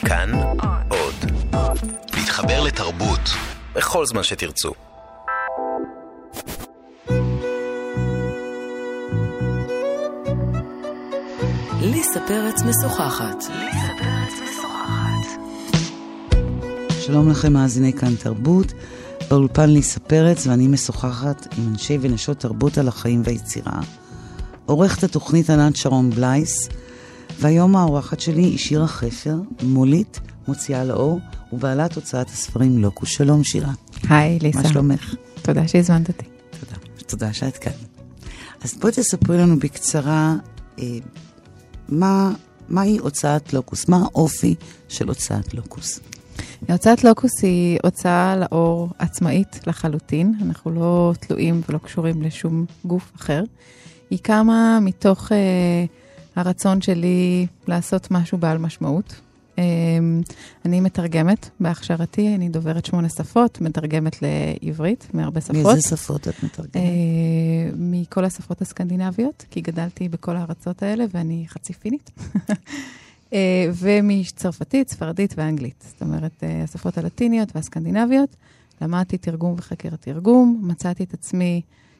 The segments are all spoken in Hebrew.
כאן עוד. להתחבר לתרבות בכל זמן שתרצו. ליסה פרץ משוחחת. שלום לכם מאזיני כאן תרבות, באולפן ליסה פרץ, ואני משוחחת עם אנשי ונשות תרבות על החיים והיצירה. עורכת התוכנית ענת שרון בלייס, והיום האורחת שלי היא שירה חפר, מולית, מוציאה לאור, ובעלת הוצאת הספרים לוקוס. שלום שירה. היי ליסה. מה שלומך? תודה שהזמנת אותי. תודה שאת כאן. אז בואי תספרי לנו בקצרה, מהי הוצאת לוקוס? מה האופי של הוצאת לוקוס? הוצאת לוקוס היא הוצאה לאור עצמאית לחלוטין. אנחנו לא תלויים ולא קשורים לשום גוף אחר. היא קמה מתוך הרצון שלי לעשות משהו בעל משמעות. אני מתרגמת בהכשרתי, אני דוברת 8 שפות, מתרגמת לעברית, מהרבה שפות. מאיזה שפות את מתרגמת? מכל השפות הסקנדינביות, כי גדלתי בכל הארצות האלה ואני חצי פינית. ומצרפתית, ספרדית ואנגלית. זאת אומרת, השפות הלטיניות והסקנדינביות. למדתי תרגום וחקר התרגום, מצאתי את עצמי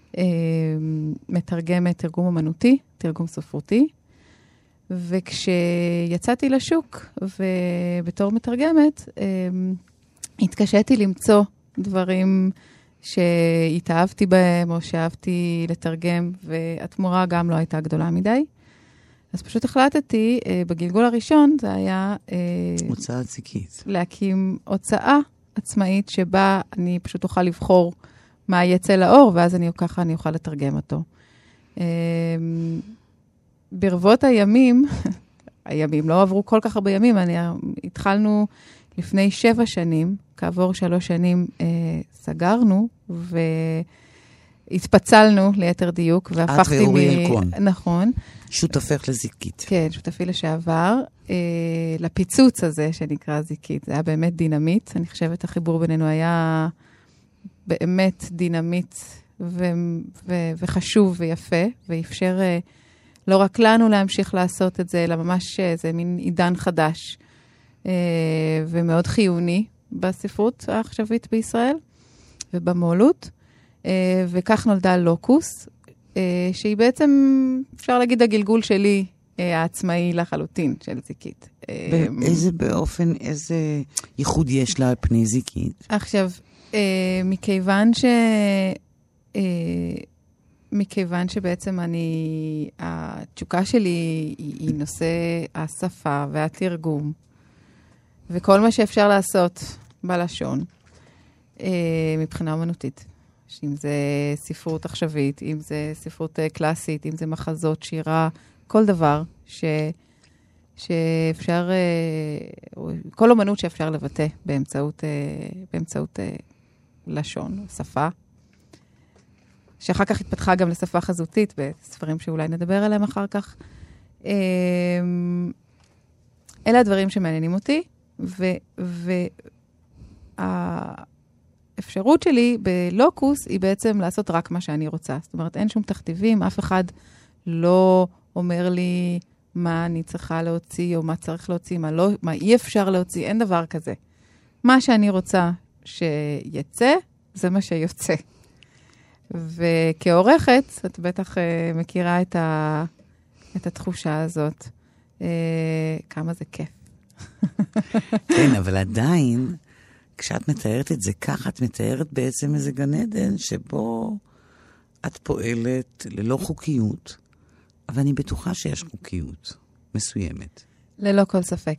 מתרגמת תרגום אמנותי, תרגום ספרותי. וכשיצאתי לשוק ובתור מתרגמת, התקשיתי למצוא דברים שהתאהבתי בהם או שאהבתי לתרגם, והתמורה גם לא הייתה גדולה מדי. אז פשוט החלטתי, בגלגול הראשון זה היה הוצאה זיקית. להקים הוצאה עצמאית שבה אני פשוט אוכל לבחור מה יצא לאור, ואז ככה אני אוכל לתרגם אותו. ברבות הימים, הימים לא עברו כל כך הרבה ימים, התחלנו לפני 7 שנים, כעבור 3 שנים סגרנו והתפצלנו ליתר דיוק, והפכתי את ואורי אלקון. נכון. שותפך לזיקית. כן, שותפי לשעבר, לפיצוץ הזה שנקרא זיקית. זה היה באמת דינמיט. אני חושבת החיבור בינינו היה באמת דינמיט וחשוב ויפה, ואפשר לא רק לנו להמשיך לעשות את זה, אלא ממש זה מין עידן חדש ומאוד חיוני בספרות העכשווית בישראל ובמעלות. וכך נולדה לוקוס, שהיא בעצם, אפשר להגיד, הגלגול שלי העצמאי לחלוטין של זיקית. איזה ייחוד יש לה פני זיקית? עכשיו, מכיוון שבעצם התשוקה שלי היא נושא השפה והתרגום, וכל מה שאפשר לעשות בלשון, מבחינה אומנותית. אם זה ספרות עכשווית, אם זה ספרות קלאסית, אם זה מחזות, שירה, כל דבר שאפשר, כל אומנות שאפשר לבטא באמצעות לשון, שפה, שאחר כך התפתחה גם לשפה חזותית, בספרים שאולי נדבר עליהם אחר כך. אלה הדברים שמעניינים אותי, האפשרות שלי בלוקוס היא בעצם לעשות רק מה שאני רוצה. זאת אומרת, אין שום תכתיבים, אף אחד לא אומר לי מה אני צריכה להוציא, או מה צריך להוציא, מה אי אפשר להוציא, אין דבר כזה. מה שאני רוצה שיצא, זה מה שיוצא. וכעורכת, את בטח מכירה את התחושה הזאת. כמה זה כיף. כן, אבל עדיין, כשאת מתארת את זה ככה, את מתארת בעצם איזה גן עדן שבו את פועלת ללא חוקיות, אבל אני בטוחה שיש חוקיות מסוימת. ללא כל ספק.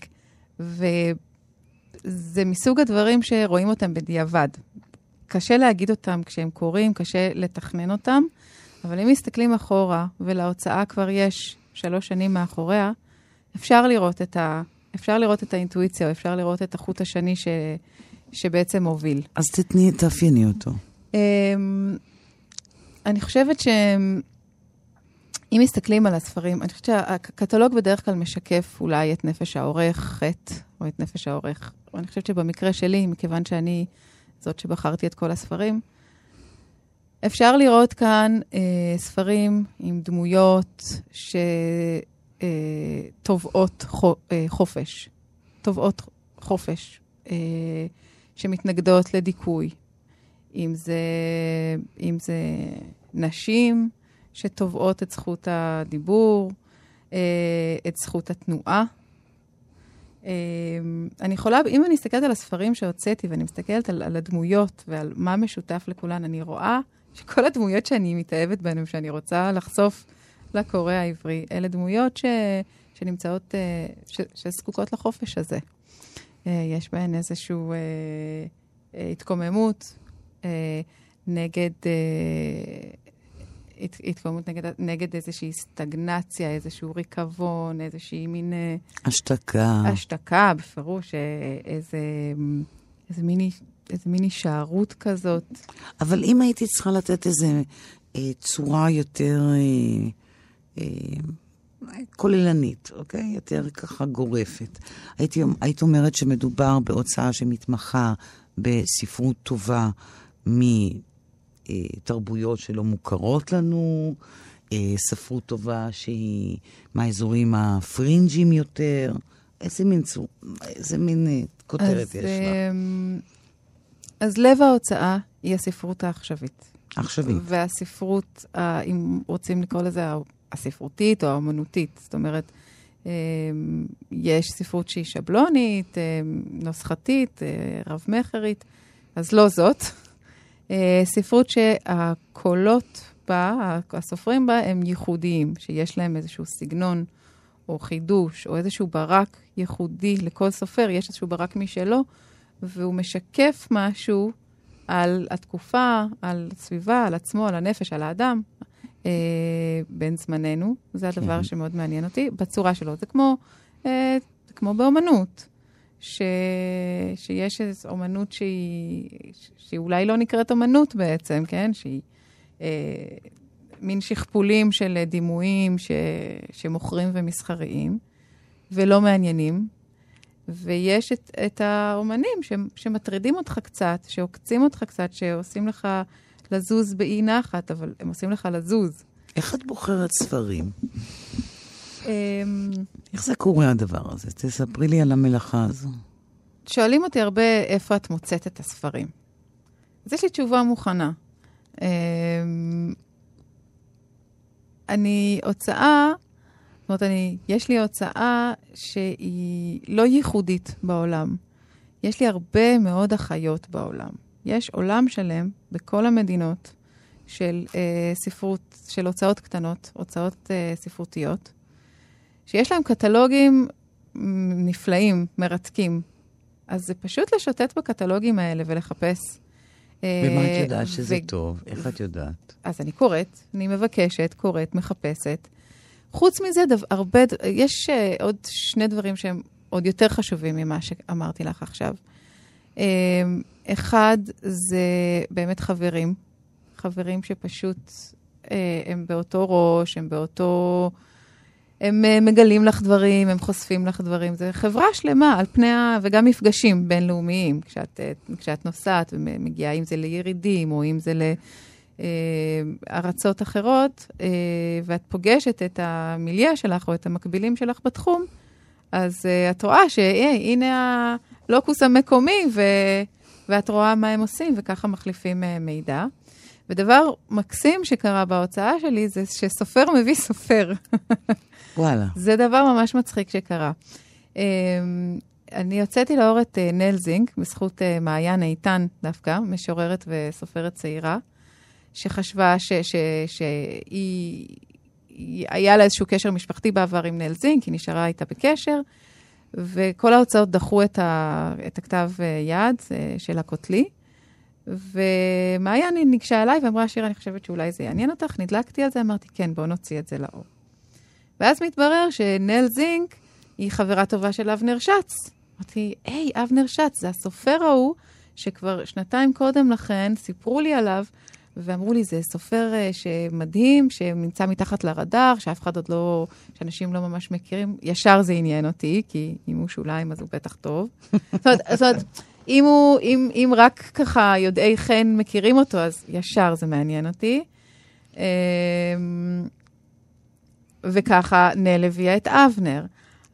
וזה מסוג הדברים שרואים אותם בדיעבד. קשה להגיד אותם כשהם קורים, קשה לתכנן אותם, אבל אם מסתכלים אחורה, ולהוצאה כבר יש 3 שנים מאחוריה, אפשר לראות את האינטואיציה, או אפשר לראות את החוט השני שבעצם מוביל. אז תאפייני אותו. אני חושבת שאם מסתכלים על הספרים, אני חושבת שהקטלוג בדרך כלל משקף אולי את נפש העורך, או את נפש העורך. אני חושבת שבמקרה שלי, מכיוון שאני זאת שבחרתי את כל הספרים, אפשר לראות כאן ספרים עם דמויות שטובעות חופש, טובעות חופש, שמתנגדות לדיכוי. אם זה נשים שתובעות את זכות הדיבור, את זכות התנועה. אני יכולה, אם אני מסתכלת על הספרים שהוצאתי, ואני מסתכלת על הדמויות ועל מה משותף לכולן, אני רואה שכל הדמויות שאני מתאהבת בהן, שאני רוצה לחשוף לקורא העברי, אלה דמויות שנמצאות, שזקוקות לחופש הזה. יש בהן איזשהו התקוממות נגד נגד איזושהי סטגנציה, איזשהו ריקבון, איזושהי מין... השתקה, בפירוש, איזה מין הישארות כזאת. אבל אם הייתי צריכה לתת איזו צורה יותר כוללנית, אוקיי? יותר ככה גורפת. הייתי אומרת שמדובר בהוצאה שמתמחה בספרות טובה מתרבויות שלא מוכרות לנו, ספרות טובה שהיא מהאזורים הפרינג'ים יותר. איזה מין כותרת יש לה? אז לב ההוצאה היא הספרות העכשווית. עכשווית. והספרות, אם רוצים לקרוא לזה, הספרותית או האמנותית. זאת אומרת, יש ספרות שהיא שבלונית, נוסחתית, רב-מחרית, אז לא זאת. ספרות שהקולות בה, הסופרים בה, הם ייחודיים, שיש להם איזשהו סגנון או חידוש, או איזשהו ברק ייחודי לכל סופר, יש איזשהו ברק משלו, והוא משקף משהו על התקופה, על הסביבה, על עצמו, על הנפש, על האדם, בין זמננו. זה הדבר שמאוד מעניין אותי, בצורה שלו. זה כמו באומנות, שיש איזו אומנות שהיא אולי לא נקראת אומנות בעצם, כן? שהיא מין שכפולים של דימויים שמוכרים ומסחריים, ולא מעניינים. ויש את האומנים שמטרידים אותך קצת, שעוקצים אותך קצת, שעושים לך לזוז באי נחת, אבל הם עושים לך לזוז. איך את בוחרת ספרים? איך זה קורה הדבר הזה? תספרי לי על המלאכה הזו. שואלים אותי הרבה איפה את מוצאת את הספרים. אז יש לי תשובה מוכנה. יש לי הוצאה שהיא לא ייחודית בעולם. יש לי הרבה מאוד אחיות בעולם. יש עולם שלם בכל המדינות של ספרות, של הוצאות קטנות, הוצאות ספרותיות, שיש להם קטלוגים נפלאים, מרתקים. אז זה פשוט לשוטט בקטלוגים האלה ולחפש. ומה את יודעת שזה טוב? איך את יודעת? אז אני קוראת, אני מבקשת, קוראת, מחפשת. חוץ מזה, יש עוד שני דברים שהם עוד יותר חשובים ממה שאמרתי לך עכשיו. אחד, זה באמת חברים. חברים שפשוט הם באותו ראש, הם מגלים לך דברים, הם חושפים לך דברים. זה חברה שלמה על פני וגם מפגשים בינלאומיים, כשאת נוסעת ומגיעה, אם זה לירידים או אם זה לארצות אחרות, ואת פוגשת את המיליה שלך או את המקבילים שלך בתחום, אז את רואה שהנה הלוקוס המקומי, ואת רואה מה הם עושים, וככה מחליפים מידע. ודבר מקסים שקרה בהוצאה שלי, זה שסופר מביא סופר. וואלה. זה דבר ממש מצחיק שקרה. אני יוצאתי לאור את נל זינק, בזכות מעיין איתן דווקא, משוררת וסופרת צעירה, שחשבה שהיא היה לה איזשהו קשר משפחתי בעבר עם נל זינק, היא נשארה איתה בקשר, וכל ההוצאות דחו את הכתב יד של הקוטלי, ומעיין ניגשה אליי ואמרה, שיר, אני חושבת שאולי זה יעניין אותך, נדלקתי על זה, אמרתי, כן, בואו נוציא את זה לאור. ואז מתברר שנל זינק היא חברה טובה של אבנר שץ. אמרתי, היי, אבנר שץ, זה הסופר ההוא שכבר שנתיים קודם לכן סיפרו לי עליו, ואמרו לי, זה סופר שמדהים, שנמצא מתחת לרדאר, שאף אחד עוד לא, שאנשים לא ממש מכירים. ישר זה עניין אותי, כי אם הוא שוליים, אז הוא בטח טוב. זאת אומרת, אם רק ככה יודעי חן מכירים אותו, אז ישר זה מעניין אותי. וככה נל הביאה את אבנר.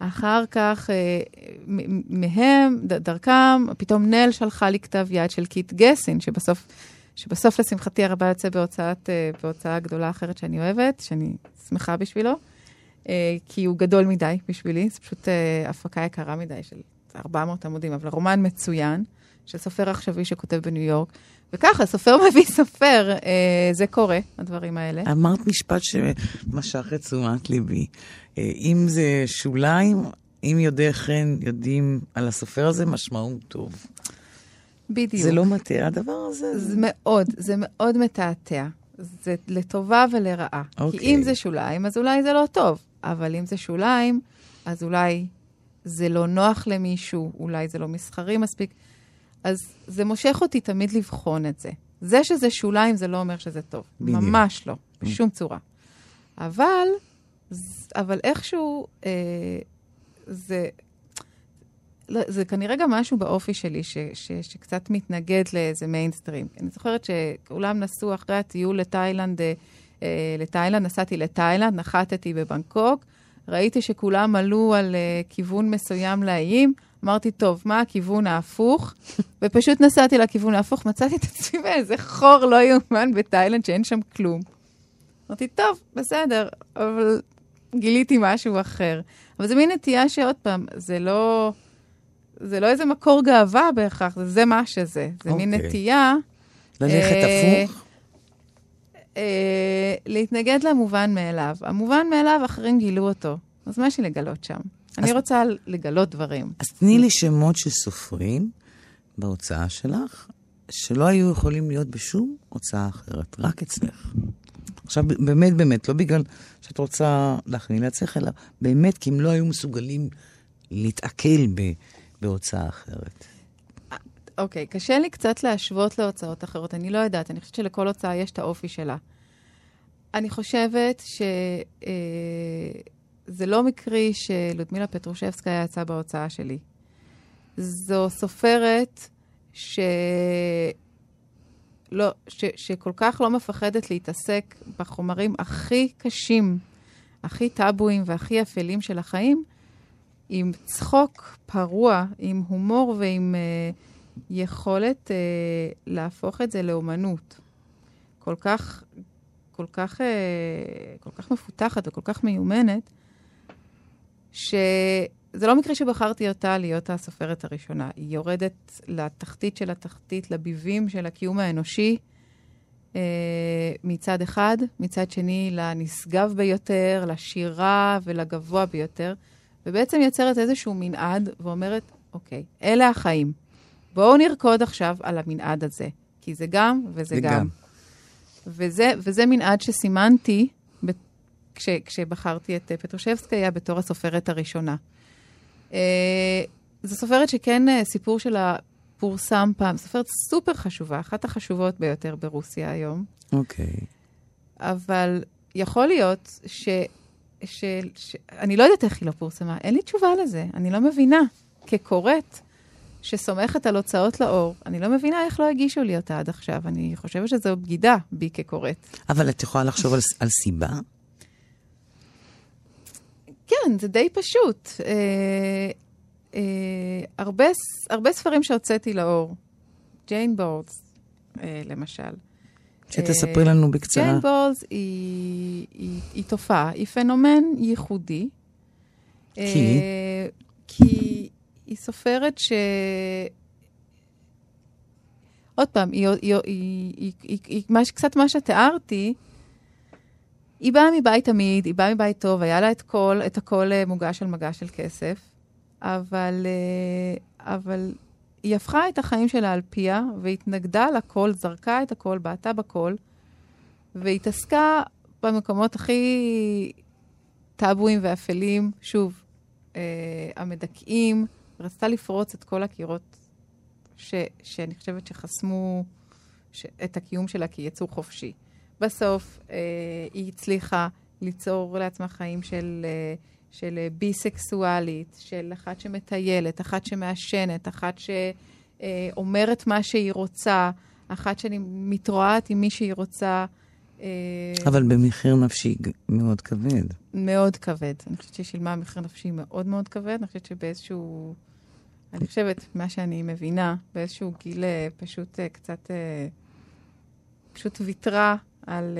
אחר כך, דרכם, פתאום נל שלחה לי כתב יד של קיט גסין, שבסוף לשמחתי הרבה יוצא בהוצאה גדולה אחרת שאני אוהבת, שאני שמחה בשבילו, כי הוא גדול מדי בשבילי, זה פשוט הפקה יקרה מדי של 400 עמודים, אבל רומן מצוין, של סופר עכשווי שכותב בניו יורק, וככה, סופר מביא סופר, זה קורה, הדברים האלה. אמרת משפט שמשך את תשומת ליבי. אם זה שוליים, אם יודעי חן יודעים על הסופר הזה, משמעות טוב. בדיוק. זה לא מטעה הדבר הזה? זה מאוד מתעתע. זה לטובה ולרעה. אוקיי. כי אם זה שוליים, אז אולי זה לא טוב. אבל אם זה שוליים, אז אולי זה לא נוח למישהו, אולי זה לא מסחרי מספיק. אז זה מושך אותי תמיד לבחון את זה. זה שזה שוליים, זה לא אומר שזה טוב. בדיוק. ממש לא, בשום צורה. אבל איכשהו, זה כנראה גם משהו באופי שלי, שקצת מתנגד לאיזה מיינסטרים. אני זוכרת שכולם נסעו אחרי הטיול לתאילנד, נסעתי לתאילנד, נחתתי בבנקוק, ראיתי שכולם עלו על כיוון מסוים לאיים, אמרתי, טוב, מה הכיוון ההפוך? ופשוט נסעתי לכיוון ההפוך, מצאתי את עצמי באיזה חור לא יאומן בתאילנד שאין שם כלום. אמרתי, טוב, בסדר, אבל גיליתי משהו אחר. אבל זה מין נטייה שעוד פעם, זה לא איזה מקור גאווה בהכרח, זה מה שזה. זה מין נטייה... ללכת הפוך? להתנגד למובן מאליו. המובן מאליו, אחרים גילו אותו. אז מה יש לי לגלות שם? אני רוצה לגלות דברים. אז תני לי שמות של סופרים בהוצאה שלך, שלא היו יכולים להיות בשום הוצאה אחרת, רק אצלך. עכשיו, באמת, לא בגלל שאת רוצה להכניע לעצמך, אלא באמת, כי הם לא היו מסוגלים להתעכל בהוצאה אחרת. אוקיי, קשה לי קצת להשוות להוצאות אחרות. אני לא יודעת, אני חושבת שלכל הוצאה יש את האופי שלה. אני חושבת זה לא מקרי שלודמילה פטרושבסקיה יצאה בהוצאה שלי. זו סופרת שכל כך לא מפחדת להתעסק בחומרים הכי קשים, הכי טאבויים והכי אפלים של החיים, עם צחוק פרוע, עם הומור ועם יכולת להפוך את זה לאומנות. כל כך מפותחת וכל כך מיומנת, שזה לא מקרה שבחרתי אותה להיות הסופרת הראשונה. היא יורדת לתחתית של התחתית, לביבים של הקיום האנושי, מצד אחד, מצד שני לנשגב ביותר, לשירה ולגבוה ביותר, ובעצם יוצרת איזשהו מנעד ואומרת, אוקיי, אלה החיים. בואו נרקוד עכשיו על המנעד הזה, כי זה גם וזה גם. וזה מנעד שסימנתי כשבחרתי את פטרושבסקיה בתור הסופרת הראשונה. זו סופרת שכן סיפור שלה פורסם פעם, סופרת סופר חשובה, אחת החשובות ביותר ברוסיה היום. אוקיי. אבל יכול להיות אני לא יודעת איך היא לא פורסמה, אין לי תשובה לזה, אני לא מבינה. כקוראת שסומכת על הוצאות לאור, אני לא מבינה איך לא הגישו לי אותה עד עכשיו. אני חושבת שזו בגידה בי כקוראת. אבל את יכולה לחשוב על סיבה? כן, זה די פשוט. הרבה ספרים שהוצאתי לאור. ג'יין בורס, למשל. שתספרי לנו בקצרה. ג'יין בורס היא תופעה, היא פנומן ייחודי. כי היא סופרת עוד פעם, קצת מה שתיארתי, היא באה מבית תמיד, היא באה מבית טוב, היה לה את הכל מוגש על מגש של כסף, אבל היא הפכה את החיים שלה על פיה, והתנגדה לכל, זרקה את הכל, בעטה בכל, והתעסקה במקומות הכי טאבויים ואפלים, שוב, המדכאים, רצתה לפרוץ את כל הקירות שאני חושבת שחסמו את הקיום שלה כיצור חופשי. בסוף היא הצליחה ליצור לעצמה חיים של ביסקסואלית, של אחת שמטיילת, אחת שמעשנת, אחת שאומרת מה שהיא רוצה, אחת שמתרועעת עם מי שהיא רוצה, אבל במחיר נפשי מאוד כבד. מאוד כבד. אני חושבת ששילמה מחיר נפשי מאוד מאוד כבד. אני חושבת שבאיזשהו, אני חושבת, מה שאני מבינה, באיזשהו גיל פשוט קצת, פשוט ויתרה על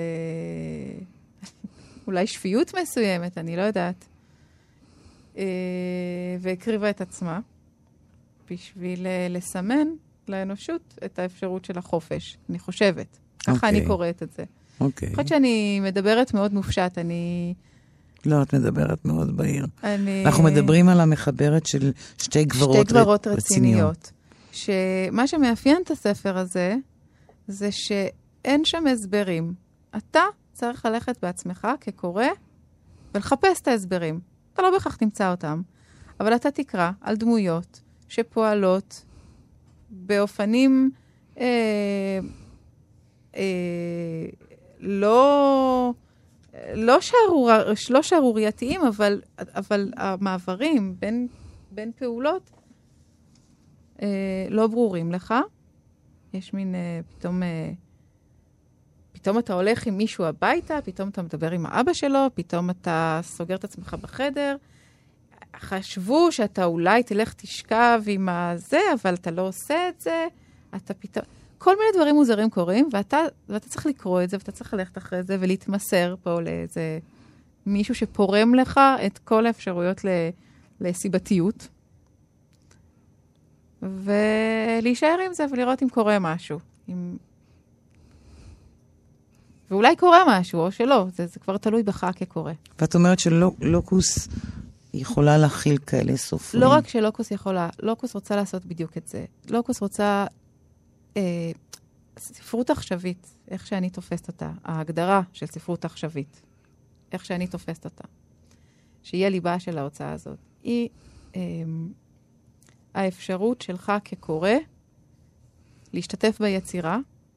אולי שפיות מסוימת, אני לא יודעת. והקריבה את עצמה בשביל לסמן לאנושות את האפשרות של החופש, אני חושבת. ככה אני קוראת את זה. אני חושבת שאני מדברת מאוד מופשט, אני... לא, את מדברת מאוד בהיר. אנחנו מדברים על המחברת של שתי גברות רציניות. שמה שמאפיין את הספר הזה, זה שאין שם הסברים. אתה צריך ללכת בעצמך כקורא, ולחפש את ההסברים. אתה לא בכך תמצא אותם, אבל אתה תקרא על דמויות שפועלות באופנים לא שערורייתיים, אבל המעברים בין פעולות לא ברורים לך. יש מין פתאום אתה הולך עם מישהו הביתה, פתאום אתה מדבר עם האבא שלו, פתאום אתה סוגר את עצמך בחדר. חשבו שאתה אולי תלך תשכב עם הזה, אבל אתה לא עושה את זה. אתה פתאום... כל מיני דברים מוזרים קורים, ואתה צריך לקרוא את זה, ואתה צריך ללכת אחרי זה, ולהתמסר פה לאיזה מישהו שפורם לך את כל האפשרויות לסיבתיות. ולהישאר עם זה, ולראות אם קורה משהו. ואולי קורה משהו, או שלא. זה כבר תלוי בך כקורא. ואת אומרת שלוקוס יכולה להכיל כאלה סופרים. לא רק שלוקוס יכולה, לוקוס רוצה לעשות בדיוק את זה. לוקוס רוצה ספרות עכשווית, איך שאני תופסת אותה. ההגדרה של ספרות עכשווית, איך שאני תופסת אותה. שיהיה ליבה של ההוצאה הזאת. היא האפשרות שלך כקורא להשתתף ביצירה.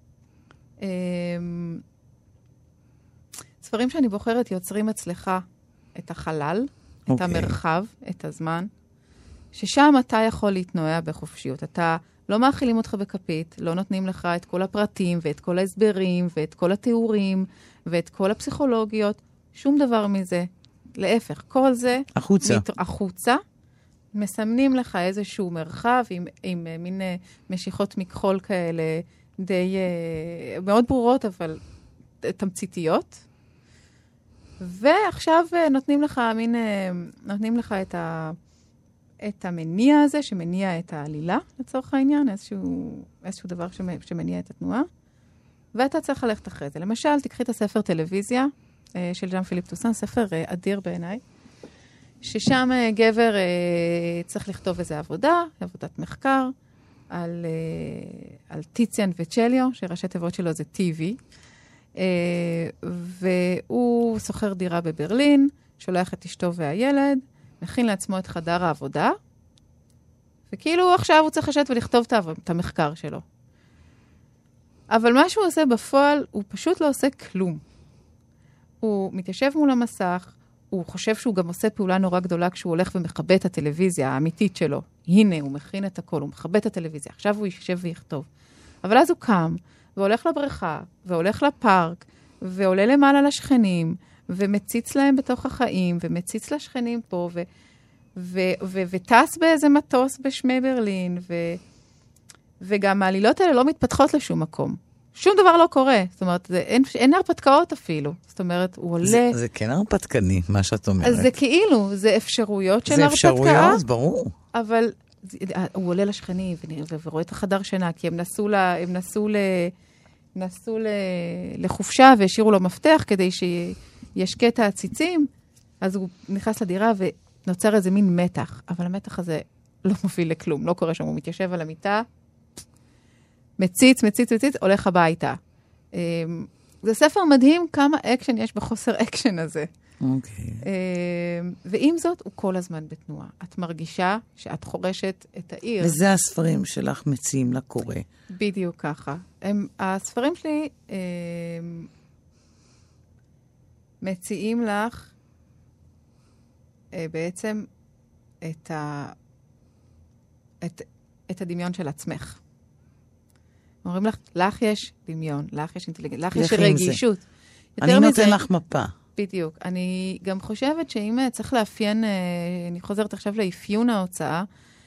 ספרים שאני בוחרת יוצרים אצלך את החלל, את המרחב, את הזמן, ששם אתה יכול להתנועע בחופשיות. אתה לא מאכילים אותך בכפית, לא נותנים לך את כל הפרטים ואת כל ההסברים ואת כל התיאורים ואת כל הפסיכולוגיות, שום דבר מזה. להפך, כל זה החוצה, מסמנים לך איזשהו מרחב עם מין משיכות מכחול כאלה, די מאוד ברורות, אבל תמציתיות. ועכשיו נותנים לך את המניע הזה, שמניע את העלילה, לצורך העניין, איזשהו דבר שמניע את התנועה, ואתה צריך ללכת אחרי זה. למשל, תקחי את הספר טלוויזיה של ז'אן פיליפ טוסן, ספר אדיר בעיניי, ששם גבר צריך לכתוב איזו עבודת מחקר, על טיציאן וצ'ליו, שראשי תיבות שלו זה TV, והוא סוחר דירה בברלין, שולח את אשתו והילד, מכין לעצמו את חדר העבודה, וכאילו עכשיו הוא צריך לשבת ולכתוב את המחקר שלו. אבל מה שהוא עושה בפועל, הוא פשוט לא עושה כלום. הוא מתיישב מול המסך, הוא חושב שהוא גם עושה פעולה נורא גדולה כשהוא הולך ומכבה את הטלוויזיה האמיתית שלו. הנה, הוא מכין את הכל, הוא מכבה את הטלוויזיה. עכשיו הוא יישב ויכתוב. אבל אז הוא קם, והולך לבריכה, והולך לפארק, ועולה למעלה לשכנים, ומציץ להם בתוך החיים, ומציץ לשכנים פה, וטס באיזה מטוס בשמי ברלין, וגם העלילות האלה לא מתפתחות לשום מקום. שום דבר לא קורה. זאת אומרת, אין הרפתקאות אפילו. זאת אומרת, הוא עולה... זה כן הרפתקני, מה שאת אומרת. אז זה כאילו, זה אפשרויות של הרפתקה. זה אפשרויות, ברור. אבל הוא עולה לשכנים ורואה את החדר שינה, כי הם נסעו לחופשה והשאירו לו מפתח כדי שישקה את העציצים, אז הוא נכנס לדירה ונוצר איזה מין מתח. אבל המתח הזה לא מוביל לכלום, לא קורה שם. הוא מתיישב על המיטה, מציץ, הולך הביתה. זה ספר מדהים כמה אקשן יש בחוסר אקשן הזה. אוקיי. ועם זאת, הוא כל הזמן בתנועה. את מרגישה שאת חורשת את העיר. וזה הספרים שלך מציעים לקורא. בדיוק ככה. הספרים שלי מציעים לך בעצם את הדמיון של עצמך. אומרים לך יש דמיון, לך יש אינטליגנט, לך יש רגישות. אני נותן לך מפה. בדיוק. אני גם חושבת שאם צריך לאפיין, אני חוזרת עכשיו לאפיון ההוצאה,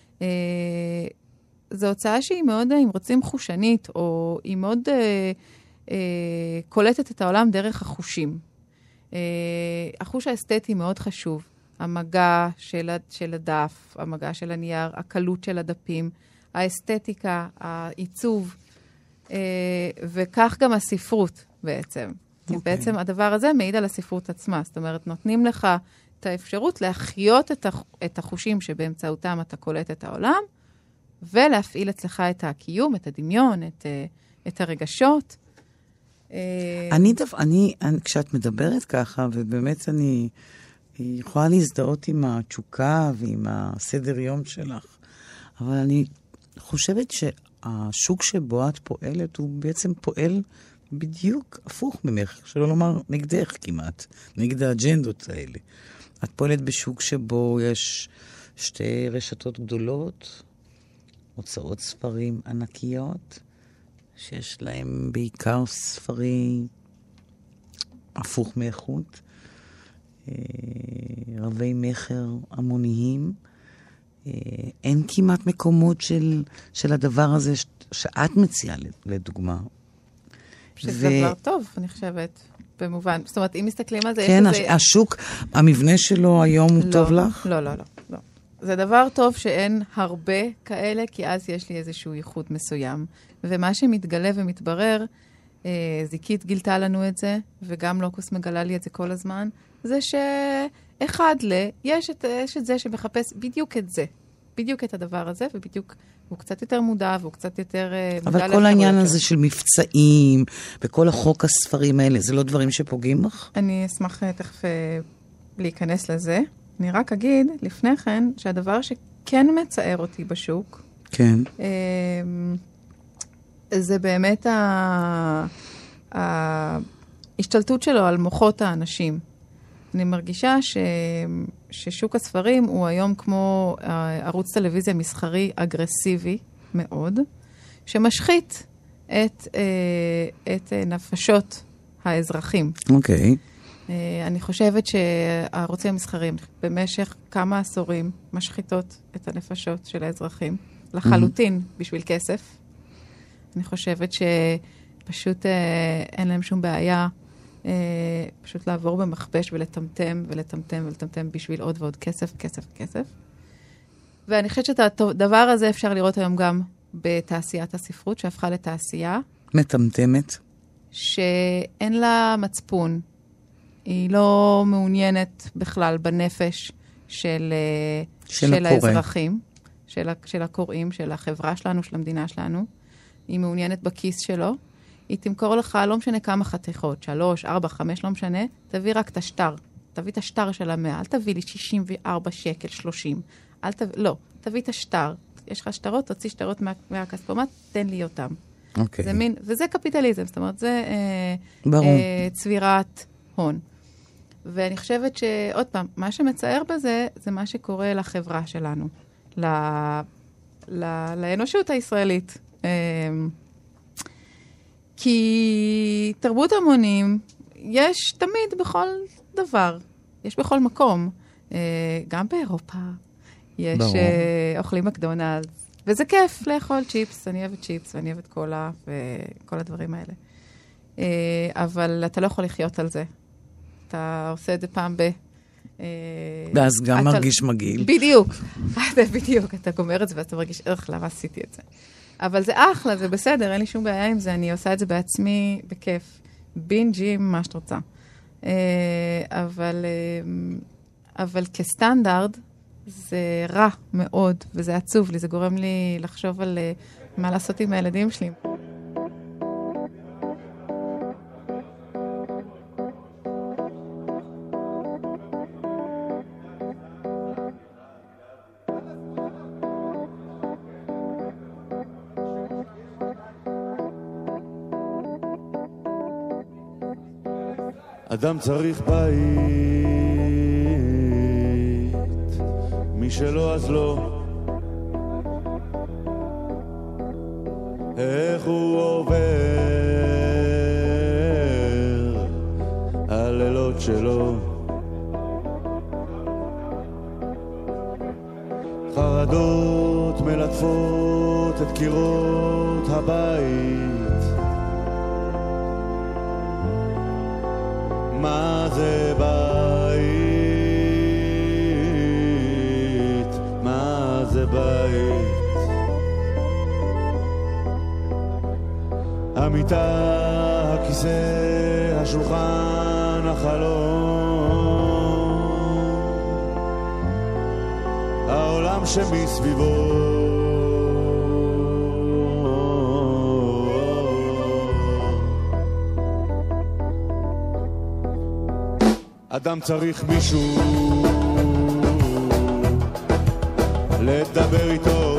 זו הוצאה שהיא מאוד, אם רוצים, חושנית, או היא מאוד קולטת את העולם דרך החושים. החוש האסתטי מאוד חשוב. המגע של הדף, המגע של הנייר, הקלות של הדפים, האסתטיקה, העיצוב, וכך גם הספרות בעצם. כי בעצם הדבר הזה מעיד על הספרות עצמה. זאת אומרת, נותנים לך את האפשרות להחיות את החושים שבאמצעותם אתה קולט את העולם, ולהפעיל אצלך את הקיום, את הדמיון, את הרגשות. כשאת מדברת ככה, ובאמת אני יכולה להזדהות עם התשוקה ועם הסדר יום שלך, אבל אני חושבת שהשוק שבו את פועלת הוא בעצם פועל בדיוק הפוך ממך, שלא לומר נגדך כמעט, נגד האג'נדות האלה. את פועלת בשוק שבו יש שתי רשתות גדולות, הוצאות ספרים ענקיות, שיש להם בעיקר ספרי הפוך מאיכות, רבי מחר המוניים. אין כמעט מקומות של הדבר הזה שאת מציעה לדוגמה. שזה דבר טוב, אני חושבת, במובן. זאת אומרת, אם מסתכלים על זה... כן, השוק, המבנה שלו היום הוא טוב לך? לא. זה דבר טוב שאין הרבה כאלה, כי אז יש לי איזשהו ייחוד מסוים. ומה שמתגלה ומתברר, זיקית גילתה לנו את זה, וגם לוקוס מגלה לי את זה כל הזמן, זה יש את זה שמחפש בדיוק את זה. בדיוק את הדבר הזה, ובדיוק הוא קצת יותר מודע, והוא קצת יותר... אבל כל העניין הזה של מבצעים, וכל החוק הספרים האלה, זה לא דברים שפוגעים לך? אני אשמח תכף להיכנס לזה. אני רק אגיד לפני כן, שהדבר שכן מצער אותי בשוק, כן. זה באמת ההשתלטות שלו על מוחות האנשים. אני מרגישה ששוק הספרים הוא היום כמו ערוץ טלוויזיה מסחרי אגרסיבי מאוד, שמשחית את נפשות האזרחים. אוקיי. אני חושבת שהערוצים המסחרים במשך כמה עשורים משחיתות את הנפשות של האזרחים, לחלוטין בשביל כסף. אני חושבת שפשוט אין להם שום בעיה פשוט לעבור במכבש ולטמטם ולטמטם ולטמטם בשביל עוד ועוד כסף, כסף, כסף. ואני חושבת שאת הדבר הזה אפשר לראות היום גם בתעשיית הספרות, שהפכה לתעשייה. מטמטמת. שאין לה מצפון. היא לא מעוניינת בכלל בנפש של האזרחים, של הקוראים, של החברה שלנו, של המדינה שלנו. היא מעוניינת בכיס שלו. היא תמכור לך, לא משנה כמה חתיכות, 3, 4, 5, לא משנה, תביא רק את השטר. תביא את השטר של 100, אל תביא לי 64 שקל, 30. לא, תביא את השטר. יש לך שטרות, תוציא שטרות מהכספומט, תן לי אותם. אוקיי. זה מין, וזה קפיטליזם, זאת אומרת, זה צבירת הון. ואני חושבת שעוד פעם, מה שמצער בזה, זה מה שקורה לחברה שלנו, לאנושות הישראלית. כי תרבות המונים יש תמיד בכל דבר, יש בכל מקום. גם באירופה יש אוכלים מקדונלדס, וזה כיף לאכול צ'יפס, אני אוהבת צ'יפס ואני אוהבת קולה וכל הדברים האלה. אבל אתה לא יכול לחיות על זה. אתה עושה את זה פעם ואז גם מרגיש מגעיל. בדיוק. בדיוק, אתה גומר את זה ואתה מרגיש, למה עשיתי את זה? אבל זה אחלה, זה בסדר, אין לי שום בעיה עם זה, אני עושה את זה בעצמי בכיף. בינג'ים, מה שאת רוצה. אבל כסטנדרט, זה רע מאוד, וזה עצוב לי, זה גורם לי לחשוב על מה לעשות עם הילדים שלי. אדם צריך בית, מי שלא אז לא. איך הוא עובר מלטפות את קירות הבית. מה זה בית? מה זה בית? המיטה, הכיסא, השולחן, החלום, העולם שמסביבו. אדם צריך מישהו לדבר איתו,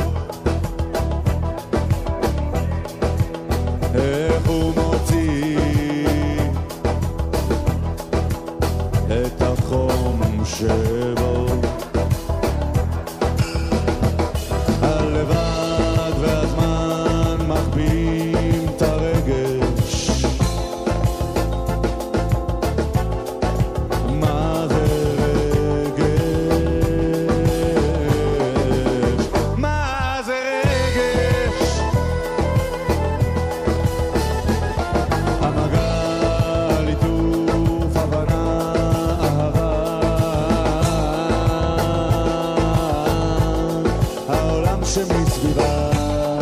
איך הוא מוציא את החום שבו. הלבד והזמן מחביאים את הרגש. מה זה רגש? מה זה רגש? המגע, ליטוף, הבנה, אהבה, העולם שמסביבה.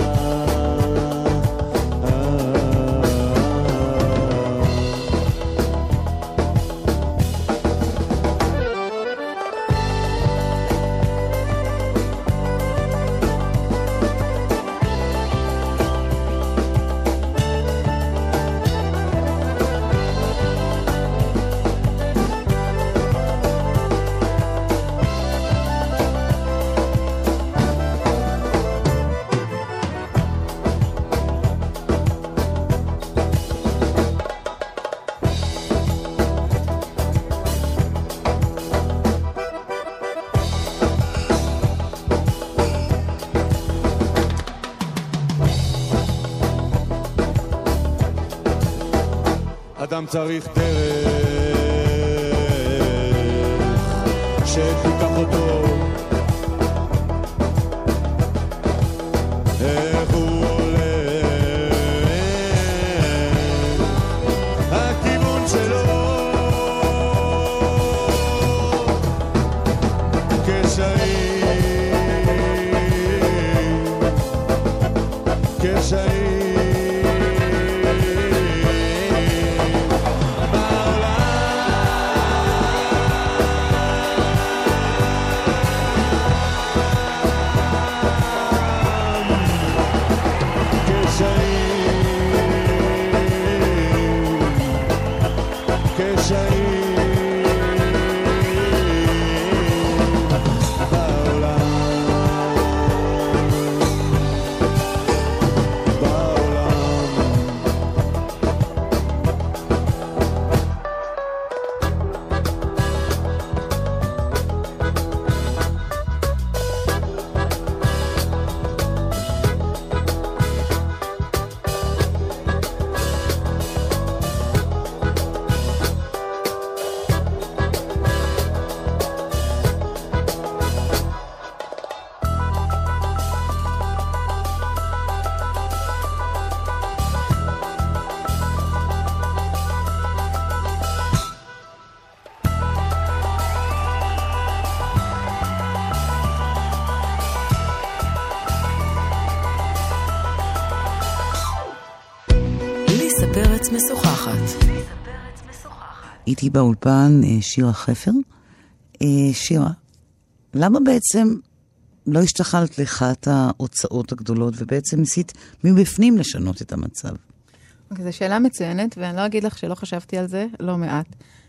אדם צריך דרך שתיקח אותו, איך הוא הולך, הכיוון שלו, קשיים פרץ משוחחת. איתי באולפן שירה חפר. שירה, למה בעצם לא השתחלת לך את ההוצאות הגדולות ובעצם ניסית מבפנים לשנות את המצב? זו שאלה מצוינת, ואני לא אגיד לך שלא חשבתי על זה, לא מעט.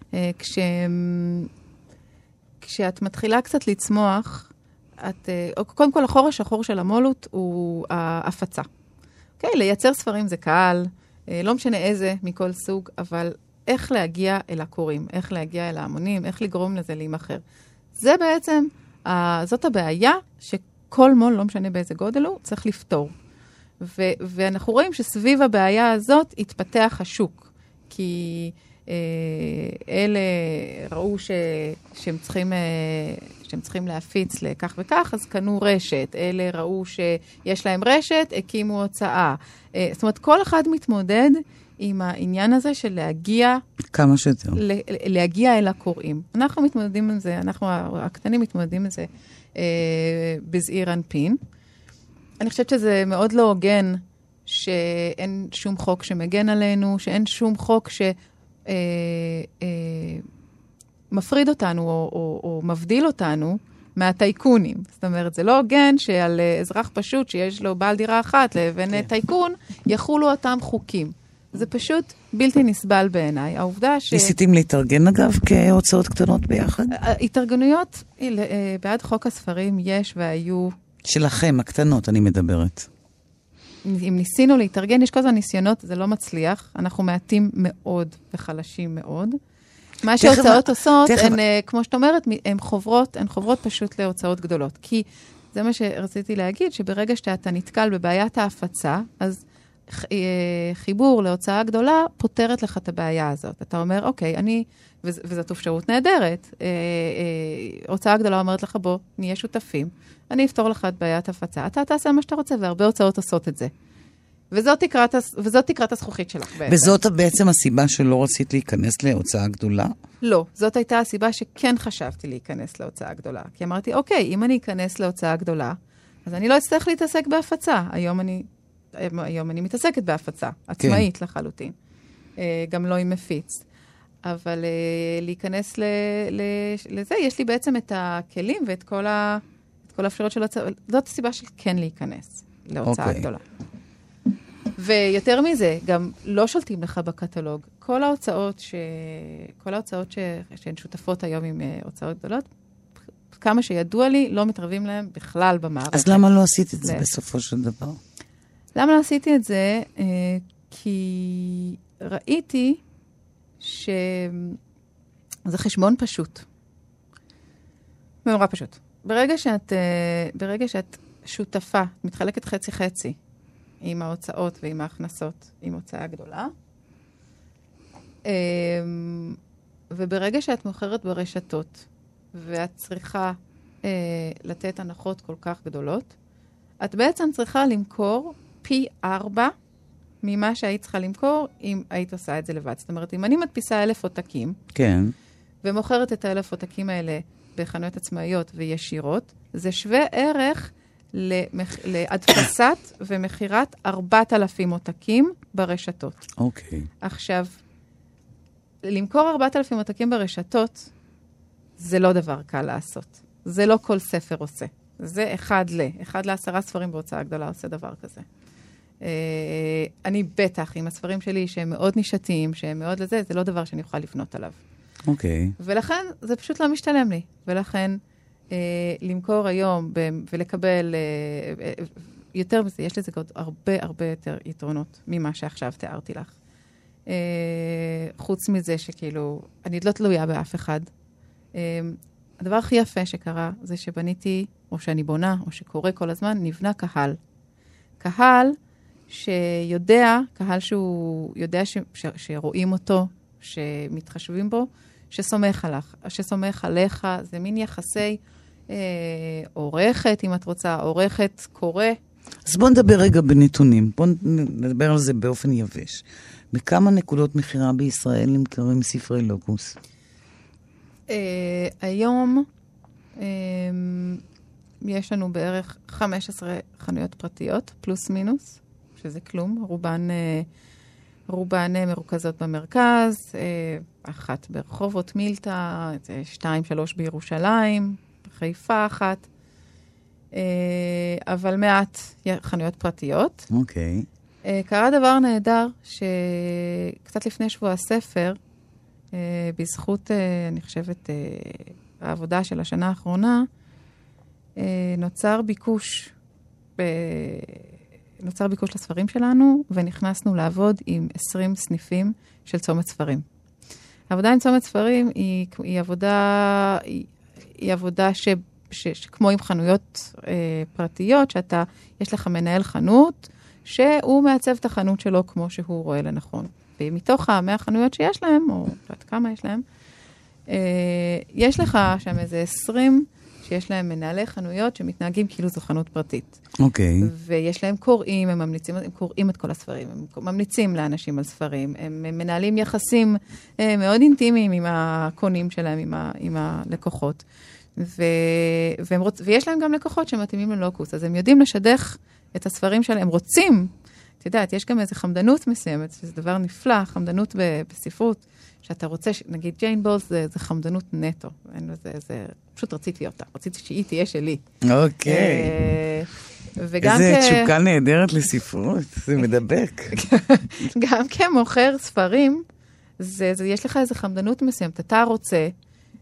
כשאת מתחילה קצת לצמוח, קודם כל החור השחור של המולות הוא ההפצה. לייצר ספרים זה קל, לא משנה איזה מכל סוג, אבל איך להגיע אל הקוראים, איך להגיע אל ההמונים, איך לגרום לזה להימחר. זה בעצם, זאת הבעיה שכל מול, לא משנה באיזה גודל הוא, צריך לפתור. ואנחנו רואים שסביב הבעיה הזאת התפתח השוק, כי אלה ראו שהם צריכים, שהם צריכים להפיץ לכך וכך, אז קנו רשת. אלה ראו שיש להם רשת, הקימו הוצאה. זאת אומרת, כל אחד מתמודד עם העניין הזה של להגיע... כמה שיותר. להגיע אל הקוראים. אנחנו מתמודדים עם זה, אנחנו הקטנים מתמודדים עם זה בזעיר אנפין. אני חושבת שזה מאוד לא הוגן שאין שום חוק שמגן עלינו, שאין שום חוק שמפריד אותנו או מבדיל אותנו מהטייקונים. זאת אומרת, זה לא הוגן שעל אזרח פשוט שיש לו בעל דירה אחת לבין טייקון, יחולו אותם חוקים. זה פשוט בלתי נסבל בעיניי. העובדה ניסיתם להתארגן אגב כהוצאות קטנות ביחד? התארגנויות בעד חוק הספרים יש והיו... שלכם, הקטנות, אני מדברת. אם ניסינו להתארגן, יש כל הזמן ניסיונות, זה לא מצליח. אנחנו מעטים מאוד וחלשים מאוד. מה שההוצאות עושות, כמו שאת אומרת, הן חוברות פשוט להוצאות גדולות. כי זה מה שרציתי להגיד, שברגע שאתה נתקל בבעיית ההפצה, אז חיבור להוצאה גדולה פותרת לך את הבעיה הזאת. אתה אומר, אוקיי, וזאת אפשרות נהדרת. הוצאה גדולה אומרת לך, בוא, נהיה שותפים. אני אפתור לך את בעיית הפצה. אתה תעשה מה שאתה רוצה, והרבה הוצאות עושות את זה. וזאת תקרת הזכוכית שלך בעצם. וזאת בעצם הסיבה שלא רצית להיכנס להוצאה גדולה? לא, זאת הייתה הסיבה שכן חשבתי להיכנס להוצאה גדולה. כי אמרתי, אוקיי, אם אני אכנס להוצאה גדולה, אז אני לא אצטרך להתעסק בהפצה. היום אני מתעסקת בהפצה, עצמאית לחלוטין. גם לא עם מפיץ. אבל להיכנס לזה, יש לי בעצם את הכלים ואת כל האפשרות של הוצאה. זאת הסיבה של כן להיכנס להוצאה גדולה. ויותר מזה, גם לא שולטים לך בקטלוג. כל ההוצאות שהן שותפות היום עם הוצאות גדולות, כמה שידוע לי, לא מתערבים להם בכלל במערכת. אז למה לא עשית את זה בסופו של דבר? למה לא עשיתי את זה? כי ראיתי שזה חשבון פשוט. נורא פשוט. ברגע שאת שותפה, מתחלקת חצי-חצי, עם ההוצאות ועם ההכנסות, עם הוצאה גדולה, וברגע שאת מוכרת ברשתות, ואת צריכה לתת הנחות כל כך גדולות, את בעצם צריכה למכור פי 4 ממה שהיית צריכה למכור אם היית עושה את זה לבד. זאת אומרת, אם אני מדפיסה 1,000 עותקים, כן. ומוכרת את 1,000 עותקים האלה בחנויות עצמאיות וישירות, זה שווה ערך להדפסת ומחירת 4,000 עותקים ברשתות. אוקיי. עכשיו, למכור 4,000 עותקים ברשתות, זה לא דבר קל לעשות. זה לא כל ספר עושה. זה אחד ל10 ספרים בהוצאה גדולה עושה דבר כזה. אני בטח עם הספרים שלי שהם מאוד נישתיים, שהם מאוד לזה, זה לא דבר שאני יכולה לפנות עליו. אוקיי. ולכן זה פשוט לא משתלם לי. ולכן למכור היום ולקבל יותר מזה, יש לזה עוד הרבה יותר יתרונות ממה שעכשיו תיארתי לך. חוץ מזה שכאילו, אני לא תלויה באף אחד. הדבר הכי יפה שקרה זה שבניתי, או שאני בונה, או שקורה כל הזמן, נבנה קהל. קהל שיודע, קהל שהוא יודע שרואים אותו, שמתחשבים בו, שסומך עליך, זה מין יחסי עורכת, אם את רוצה, עורכת, קורא. אז בוא נדבר רגע בנתונים, בוא נדבר על זה באופן יבש. בכמה נקודות מחירה בישראל נמכרים ספרי לוקוס? היום יש לנו בערך 15 חנויות פרטיות, פלוס מינוס, שזה כלום. רובן מרוכזות במרכז, אחת ברחובות מילטה, 2-3 בירושלים, בחיפה אחת, אבל מעט חנויות פרטיות. אוקיי. קרה דבר נהדר, שקצת לפני שבוע הספר, בזכות, אני חושבת, העבודה של השנה האחרונה, נוצר ביקוש לספרים שלנו, ונכנסנו לעבוד עם 20 סניפים של צומת ספרים. העבודה עם צומת ספרים היא עבודה שכמו עם חנויות פרטיות, יש לך מנהל חנות, שהוא מעצב את החנות שלו כמו שהוא רואה לנכון. ומתוך 100 חנויות שיש להם, או לא יודעת כמה יש להם, יש לך שם איזה 20 שיש להם מנהלי חנויות שמתנהגים כאילו זו חנות פרטית. אוקיי. ויש להם קוראים, הם קוראים את כל הספרים, הם ממליצים לאנשים על ספרים, הם מנהלים יחסים מאוד אינטימיים עם הקונים שלהם, עם הלקוחות. ויש להם גם לקוחות שמתאימים ללוקוס, אז הם יודעים לשדך את הספרים שלהם, הם רוצים, את יודעת, יש גם איזו חמדנות מסוימת, שזה דבר נפלא, חמדנות בספרות, שאתה רוצה, נגיד ג'יין בולס, זה חמדנות נטו, פשוט רציתי אותה, רציתי שהיא תהיה שלי. אוקיי. איזה תשוקה נהדרת לספרות, זה מדבק. גם כמוכר ספרים, יש לך איזו חמדנות מסוימת, אתה רוצה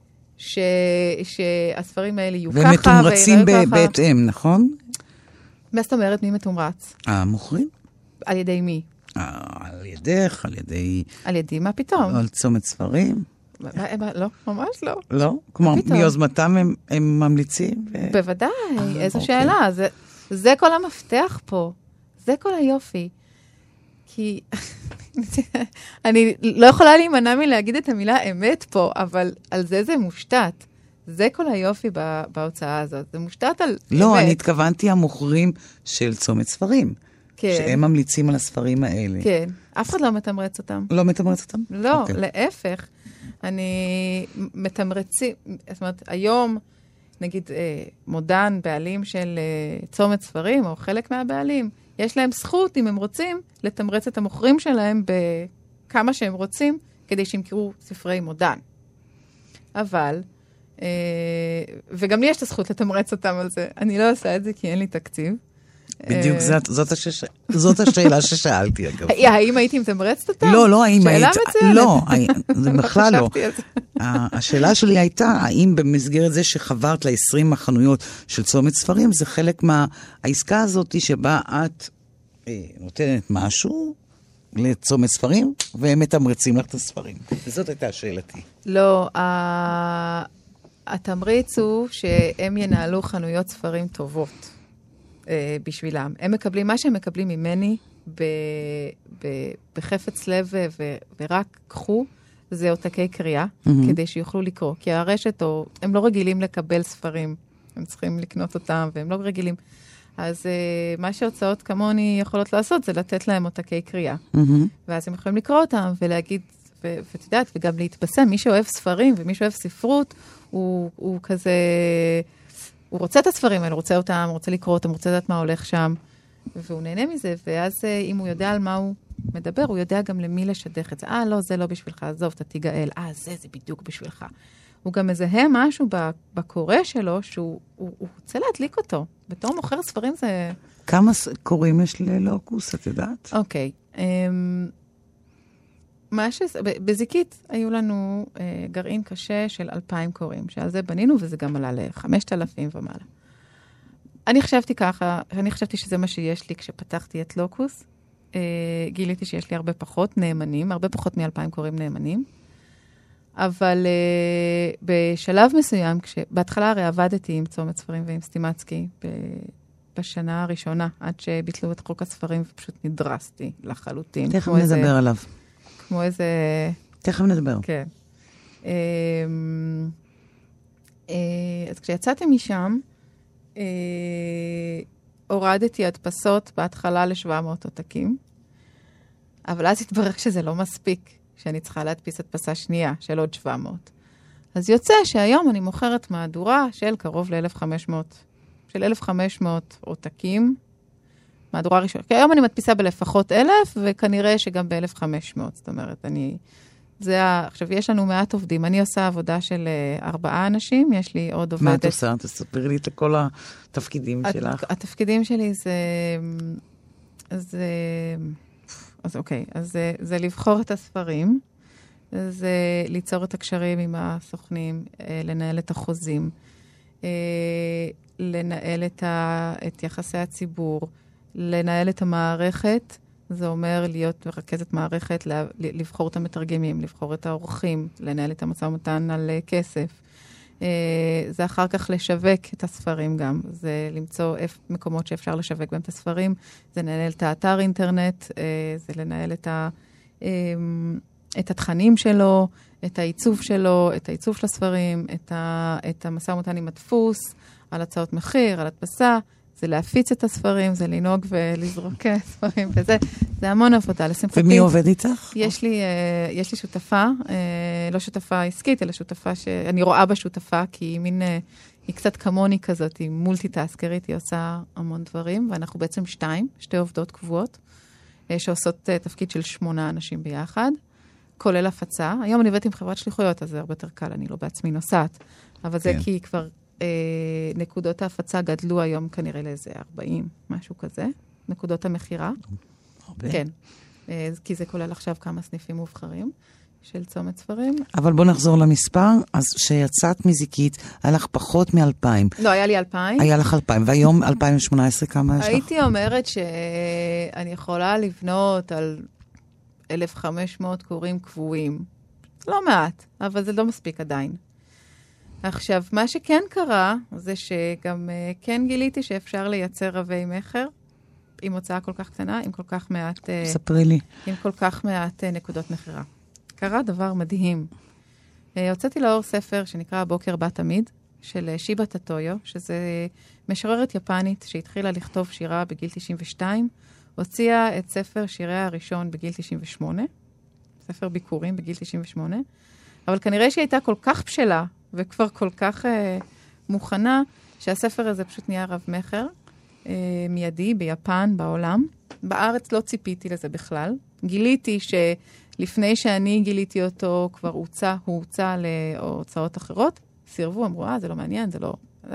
שהספרים האלה יהיו ככה, והם מתומרצים בהתאם, נכון? מה זאת אומרת, מי מתומרץ? המוכרים. על ידי מי? על ידך, על ידי... על ידי, מה פתאום? על צומת ספרים. לא, ממש לא. לא? כלומר, מיוזמתם הם ממליצים? בוודאי, איזו שאלה. זה כל המפתח פה. זה כל היופי. כי אני לא יכולה להימנע מלהגיד את המילה אמת פה, אבל על זה מושתת. זה כל היופי בהוצאה הזאת. זה מושתת על אמת. לא, אני התכוונתי המוכרים של צומת ספרים. כן. שהם ממליצים על הספרים האלה. כן. אף אחד לא מתמרץ אותם. לא מתמרץ אותם? לא, להפך. אני מתמרצים, זאת אומרת, היום, נגיד, מודן, בעלים של צומת ספרים, או חלק מהבעלים, יש להם זכות, אם הם רוצים, לתמרץ את המוכרים שלהם בכמה שהם רוצים, כדי שימכרו ספרי מודן. אבל, וגם לי יש את הזכות לתמרץ אותם על זה. אני לא עושה את זה כי אין לי תקציב. בדיוק, זאת השאלה ששאלתי, אגב. האם הייתי מתמרצת אותם? לא, האם היית... שאלה מצוינת. לא, זה בכלל לא. השאלה שלי הייתה, האם במסגרת זה שחברת ל-20 החנויות של צומת ספרים, זה חלק מהעסקה הזאת שבה את נותנת משהו לצומת ספרים, והם מתמרצים לך את הספרים. וזאת הייתה שאלתי. לא, התמריץ הוא שהם ינהלו חנויות ספרים טובות. בשבילם. הם מקבלים, מה שהם מקבלים ממני בחפץ לב ורק קחו, זה עותקי קריאה, כדי שיוכלו לקרוא. כי הרשת, הם לא רגילים לקבל ספרים, הם צריכים לקנות אותם, והם לא רגילים. אז מה שהוצאות כמוני יכולות לעשות, זה לתת להם עותקי קריאה. ואז הם יכולים לקרוא אותם ולהגיד, ואת יודעת, וגם להתבשם, מי שאוהב ספרים ומי שאוהב ספרות, הוא כזה... הוא רוצה את הספרים האלה, רוצה אותם, רוצה לקרוא אותם, רוצה לדעת מה הולך שם, והוא נהנה מזה, ואז אם הוא יודע על מה הוא מדבר, הוא יודע גם למי לשדך את זה. לא, זה לא בשבילך, עזוב, אתה תיגאל. זה בדיוק בשבילך. הוא גם מזהה משהו בקורא שלו, שהוא רוצה להדליק אותו. בתור מוכר ספרים זה... כמה קוראים יש ללוקוס, את יודעת? אוקיי. בזיקית היו לנו גרעין קשה של 2,000 קוראים, שעל זה בנינו, וזה גם עלה ל5,000 ומעלה. אני חשבתי שזה מה שיש לי כשפתחתי את לוקוס. גיליתי שיש לי הרבה פחות נאמנים, הרבה פחות מ2,000 קוראים נאמנים. אבל בשלב מסוים, בהתחלה הרי עבדתי עם צומת ספרים ועם סטימצקי, בשנה הראשונה, עד שביטלו את חוק הספרים, ופשוט נדרסתי לחלוטין. תכף נדבר עליו. כמו איזה... תכף נדבר. כן. אז כשיצאתי משם, הורדתי הדפסות בהתחלה ל700 עותקים, אבל אז התברר שזה לא מספיק, שאני צריכה להדפיס הדפסה שנייה של עוד 700. אז יוצא שהיום אני מוכרת מהדורה של קרוב ל-1,500, של 1,500 עותקים, מהדורה ראשונה. כי היום אני מדפיסה בלפחות 1,000, וכנראה שגם ב-1,500. זאת אומרת, עכשיו, יש לנו מעט עובדים. אני עושה עבודה של 4 אנשים, יש לי עוד עובדת. מה את עושה? תספרי לי את כל התפקידים שלך. התפקידים שלי אז אוקיי, אז זה לבחור את הספרים, זה ליצור את הקשרים עם הסוכנים, לנהל את החוזים, לנהל את יחסי הציבור, לנהל את המערכת, זה אומר להיות מרכזת מערכת, לבחור את המתרגמים, לבחור את האורחים, לנהל את המשא ומתן על כסף. זה אחר כך לשווק את הספרים גם, זה למצוא מקומות שאפשר לשווק בהם את הספרים, זה לנהל את האתר אינטרנט, זה לנהל את התכנים שלו, את העיצוב שלו, את העיצוב של הספרים, את המשא ומתן עם הדפוס, על הצעות מחיר, על הדפסה, זה להפיץ את הספרים, זה לנהוג ולזרוק ספרים, וזה המון עבודה, לשמחתי. ומי עובד איתך? יש לי שותפה, לא שותפה עסקית, אלא שותפה שאני רואה בה שותפה, כי היא מין, היא קצת כמוני כזאת, היא מולטיטאסקרית, היא עושה המון דברים, ואנחנו בעצם שתי עובדות קבועות, שעושות תפקיד של 8 אנשים ביחד, כולל הפצה. היום אני עובדת עם חברת שליחויות, אז זה הרבה יותר קל, אני לא בעצמי נוסעת, אבל זה כי כבר נקודות ההפצה גדלו היום כנראה לאיזה 40, משהו כזה, נקודות המחירה. הרבה. כן, כי זה כולל עכשיו כמה סניפים מובחרים של צומת ספרים. אבל בוא נחזור למספר, אז שיצאת מזיקית, היה לך פחות מ-2,000. לא, היה לי 2,000. היה לך 2,000, והיום 2018 כמה יש לך? הייתי אומרת שאני יכולה לבנות על 1,500 קוראים קבועים. לא מעט, אבל זה לא מספיק עדיין. עכשיו, מה שכן קרה, זה שגם כן גיליתי שאפשר לייצר רבי מחר, עם הוצאה כל כך קטנה, עם כל כך מעט... ספרי לי. עם כל כך מעט נקודות מחירה. קרה דבר מדהים. הוצאתי לאור ספר שנקרא הבוקר בא תמיד, של שיבה טטויו, שזה משוררת יפנית שהתחילה לכתוב שירה בגיל 92, הוציאה את ספר שיריה הראשון בגיל 98, ספר ביקורים בגיל 98, אבל כנראה שהיא הייתה כל כך בשלה, וכבר כל כך מוכנה, שהספר הזה פשוט נהיה רב מחר, מיידי, ביפן, בעולם. בארץ לא ציפיתי לזה בכלל. גיליתי שלפני שאני גיליתי אותו, כבר הוא הוצא להוצאות אחרות. סירבו, אמרו, זה לא מעניין, זה לא...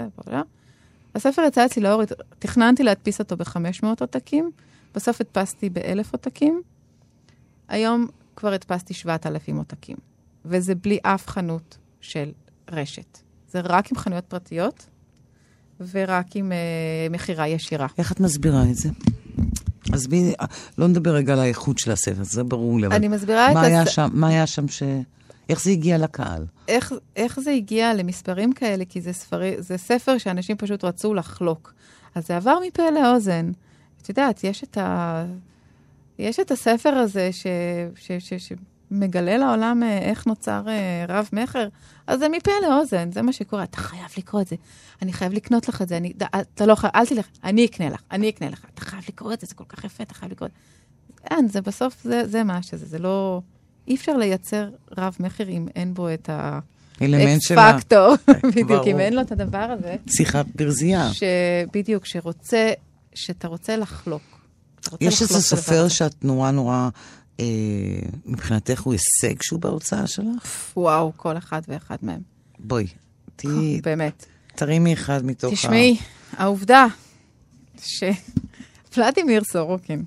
הספר יצא אצלי לאור, תכננתי להדפיס אותו ב-500 עותקים, בסוף הדפסתי ב-1,000 עותקים. היום כבר הדפסתי 7,000 עותקים. וזה בלי אף חנות של רשת. זה רק עם חנויות פרטיות, ורק עם מחירה ישירה. איך את מסבירה את זה? אז לא נדבר רגע על האיכות של הספר, זה ברור לי. אני מסבירה את מה היה שם איך זה הגיע לקהל? איך זה הגיע למספרים כאלה? כי זה ספר שאנשים פשוט רצו לחלוק. אז זה עבר מפה לאוזן. את יודעת, יש את הספר הזה שמגלה לעולם איך נוצר רב מחר, אז זה מפה לאוזן, זה מה שקורה. אתה חייב לקרוא את זה. אני חייב לקנות לך את זה. אתה לא חייב, אל תלך. אני אקנה לך. אתה חייב לקרוא את זה, זה כל כך יפה, אתה חייב לקרוא את זה. אין, זה בסוף, זה מה שזה. זה לא... אי אפשר לייצר רב מחר אם אין בו את האקס-פקטור. בדיוק, אם אין לו את הדבר הזה. שיחת ברזייה. בדיוק, שאתה רוצה לחלוק. יש איזה סופר שאת נורא מבחינתך הוא הישג שהוא בהוצאה שלך? וואו, כל אחד ואחד מהם. בואי, באמת. תרימי אחד מתוך תשמעי, העובדה שוולדימיר סורוקין,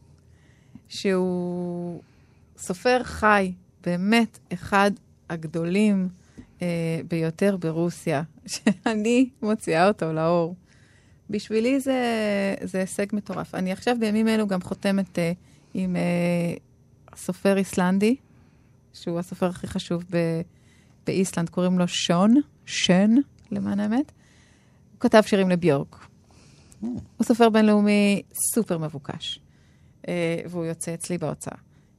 שהוא סופר חי, באמת אחד הגדולים ביותר ברוסיה, שאני מוציאה אותו לאור. בשבילי זה הישג מטורף. אני עכשיו בימים אלו גם חותמת עם סופר איסלנדי, שהוא הסופר הכי חשוב באיסלנד, קוראים לו שון, למען האמת. הוא כתב שירים לביורק. הוא סופר בינלאומי סופר מבוקש, והוא יוצא אצלי בהוצאה.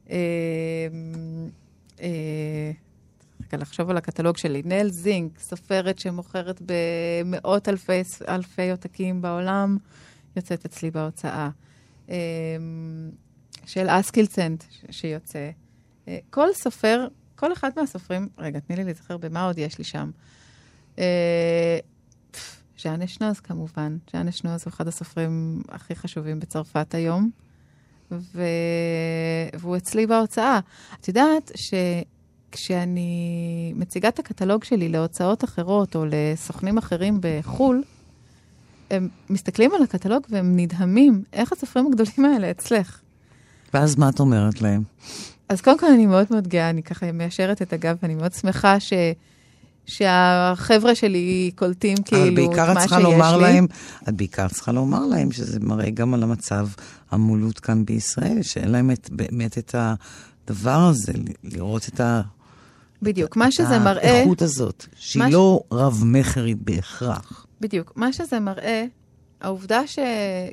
רגע, לחשוב על הקטלוג שלי. נל זינק, סופרת שמוכרת במאות אלפי עותקים בעולם, יוצאת אצלי בהוצאה. של אסקילצנד שיוצא. כל סופר, כל אחד מהסופרים, רגע, תני לי להיזכר במה עוד יש לי שם. ז'אן אשנוז כמובן. ז'אן אשנוז הוא אחד הסופרים הכי חשובים בצרפת היום, והוא אצלי בהוצאה. את יודעת כשאני מציגה את הקטלוג שלי להוצאות אחרות או לסוכנים אחרים בחול, הם מסתכלים על הקטלוג והם נדהמים איך הסופרים הגדולים האלה אצלך. ואז מה את אומרת להם? אז קודם כל אני מאוד מאוד גאה, אני ככה מיישרת את הגב, ואני מאוד שמחה שהחבר'ה שלי קולטים כאילו את מה שיש לי. את בעיקר צריכה לומר להם שזה מראה גם על המצב המולות כאן בישראל, שאין להם באמת את הדבר הזה, לראות את בדיוק, מה שזה מראה... האיכות הזאת, שהיא לא רב מחרית בהכרח. בדיוק, מה שזה מראה, העובדה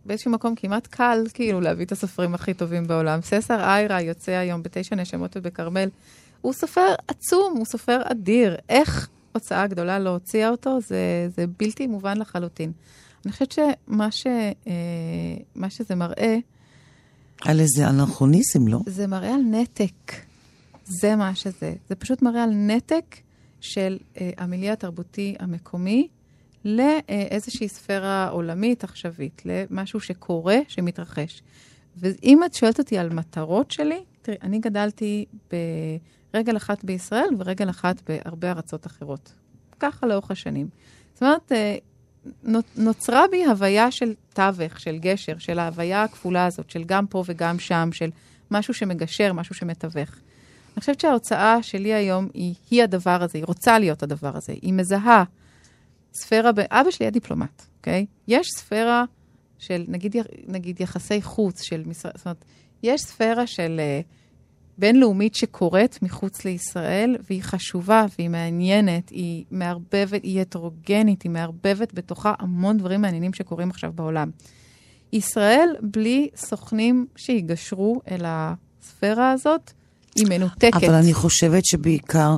באיזשהו מקום כמעט קל, כאילו, להביא את הסופרים הכי טובים בעולם. ססר איירה יוצא היום ב9 נשמות ובקרמל. הוא סופר עצום, הוא סופר אדיר. איך הוצאה גדולה לא הוציאה אותו, זה בלתי מובן לחלוטין. אני חושבת שמה שזה מראה... על איזה אנכרוניזם, לא? זה מראה על נתק. זה מה שזה. זה פשוט מראה על נתק של המיליה התרבותי המקומי, לאיזושהי ספירה עולמית, עכשווית, למשהו שקורה, שמתרחש. ואם את שואלת אותי על מטרות שלי, תראי, אני גדלתי ברגל אחת בישראל, ורגל אחת בהרבה ארצות אחרות. ככה לאורך השנים. זאת אומרת, נוצרה בי הוויה של תווך, של גשר, של ההוויה הכפולה הזאת, של גם פה וגם שם, של משהו שמגשר, משהו שמתווך. אני חושבת שההוצאה שלי היום היא הדבר הזה, היא רוצה להיות הדבר הזה, היא מזהה ספירה, אבא שלי היה דיפלומט, אוקיי? יש ספירה של, נגיד יחסי חוץ של משרד, זאת אומרת, יש ספירה של בינלאומית שקורית מחוץ לישראל, והיא חשובה, והיא מעניינת, היא מערבבת, היא הטרוגנית, היא מערבבת בתוכה המון דברים מעניינים שקורים עכשיו בעולם. ישראל, בלי סוכנים שיגשרו אל הספירה הזאת, היא מנותקת. אבל אני חושבת שבעיקר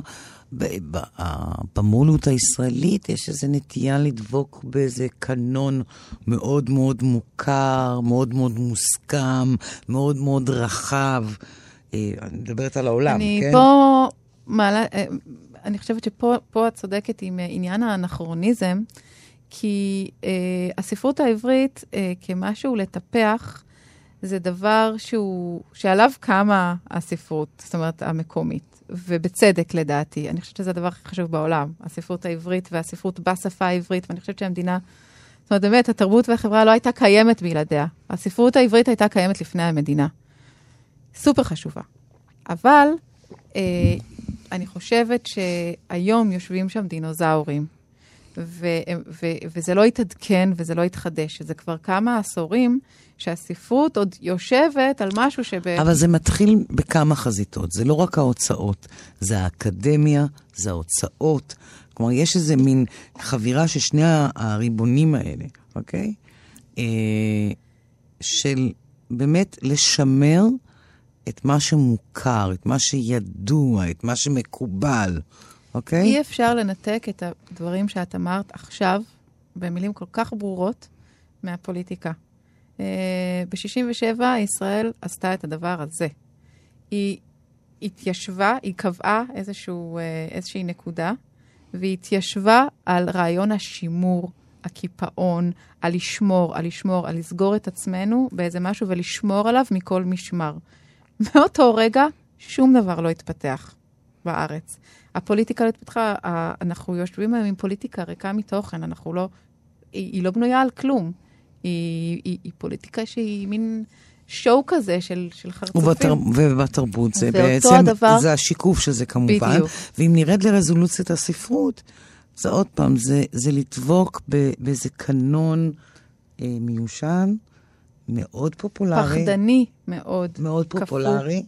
במולות הישראלית יש איזו נטייה לדבוק באיזה קנון מאוד מאוד מוכר, מאוד מאוד מוסכם, מאוד מאוד רחב. אני מדברת על העולם, כן? אני חושבת שפה את צודקת עם עניין האנכרוניזם, כי הספרות העברית כמשהו לטפח, זה דבר שעליו קמה הספרות, זאת אומרת, המקומית. ובצדק, לדעתי. אני חושבת שזה הדבר הכי חשוב בעולם. הספרות העברית והספרות בשפה העברית, ואני חושבת שהמדינה, זאת אומרת, באמת, התרבות והחברה לא הייתה קיימת בלעדיה. הספרות העברית הייתה קיימת לפני המדינה. סופר חשובה. אבל אני חושבת שהיום יושבים שם דינוזאורים, וזה לא יתעדכן וזה לא יתחדש. זה כבר כמה עשורים שהספרות עוד יושבת על משהו אבל זה מתחיל בכמה חזיתות. זה לא רק ההוצאות, זה האקדמיה, זה ההוצאות. כלומר, יש איזה מין חבירה של שני הריבונים האלה, אוקיי? של באמת לשמר את מה שמוכר, את מה שידוע, את מה שמקובל, אוקיי? אי אפשר לנתק את הדברים שאת אמרת עכשיו, במילים כל כך ברורות, מהפוליטיקה. ב-67 ישראל עשתה את הדבר הזה. היא התיישבה, היא קבעה איזושהי נקודה, והיא התיישבה על רעיון השימור, הקיפאון, על לשמור, על לסגור את עצמנו באיזה משהו ולשמור עליו מכל משמר. מאותו רגע שום דבר לא התפתח בארץ. הפוליטיקה לא התפתחה, אנחנו יושבים היום עם פוליטיקה ריקה מתוכן, היא לא בנויה על כלום. היא פוליטיקה שהיא מין שואו כזה של חרצופים. ובתרבות זה בעצם, זה השיקוף של זה כמובן. בדיוק. ואם נרד לרזולוציית הספרות, זה עוד פעם, זה לדבוק באיזה קנון מיושן, מאוד פופולרי. פחדני מאוד. מאוד פופולרי.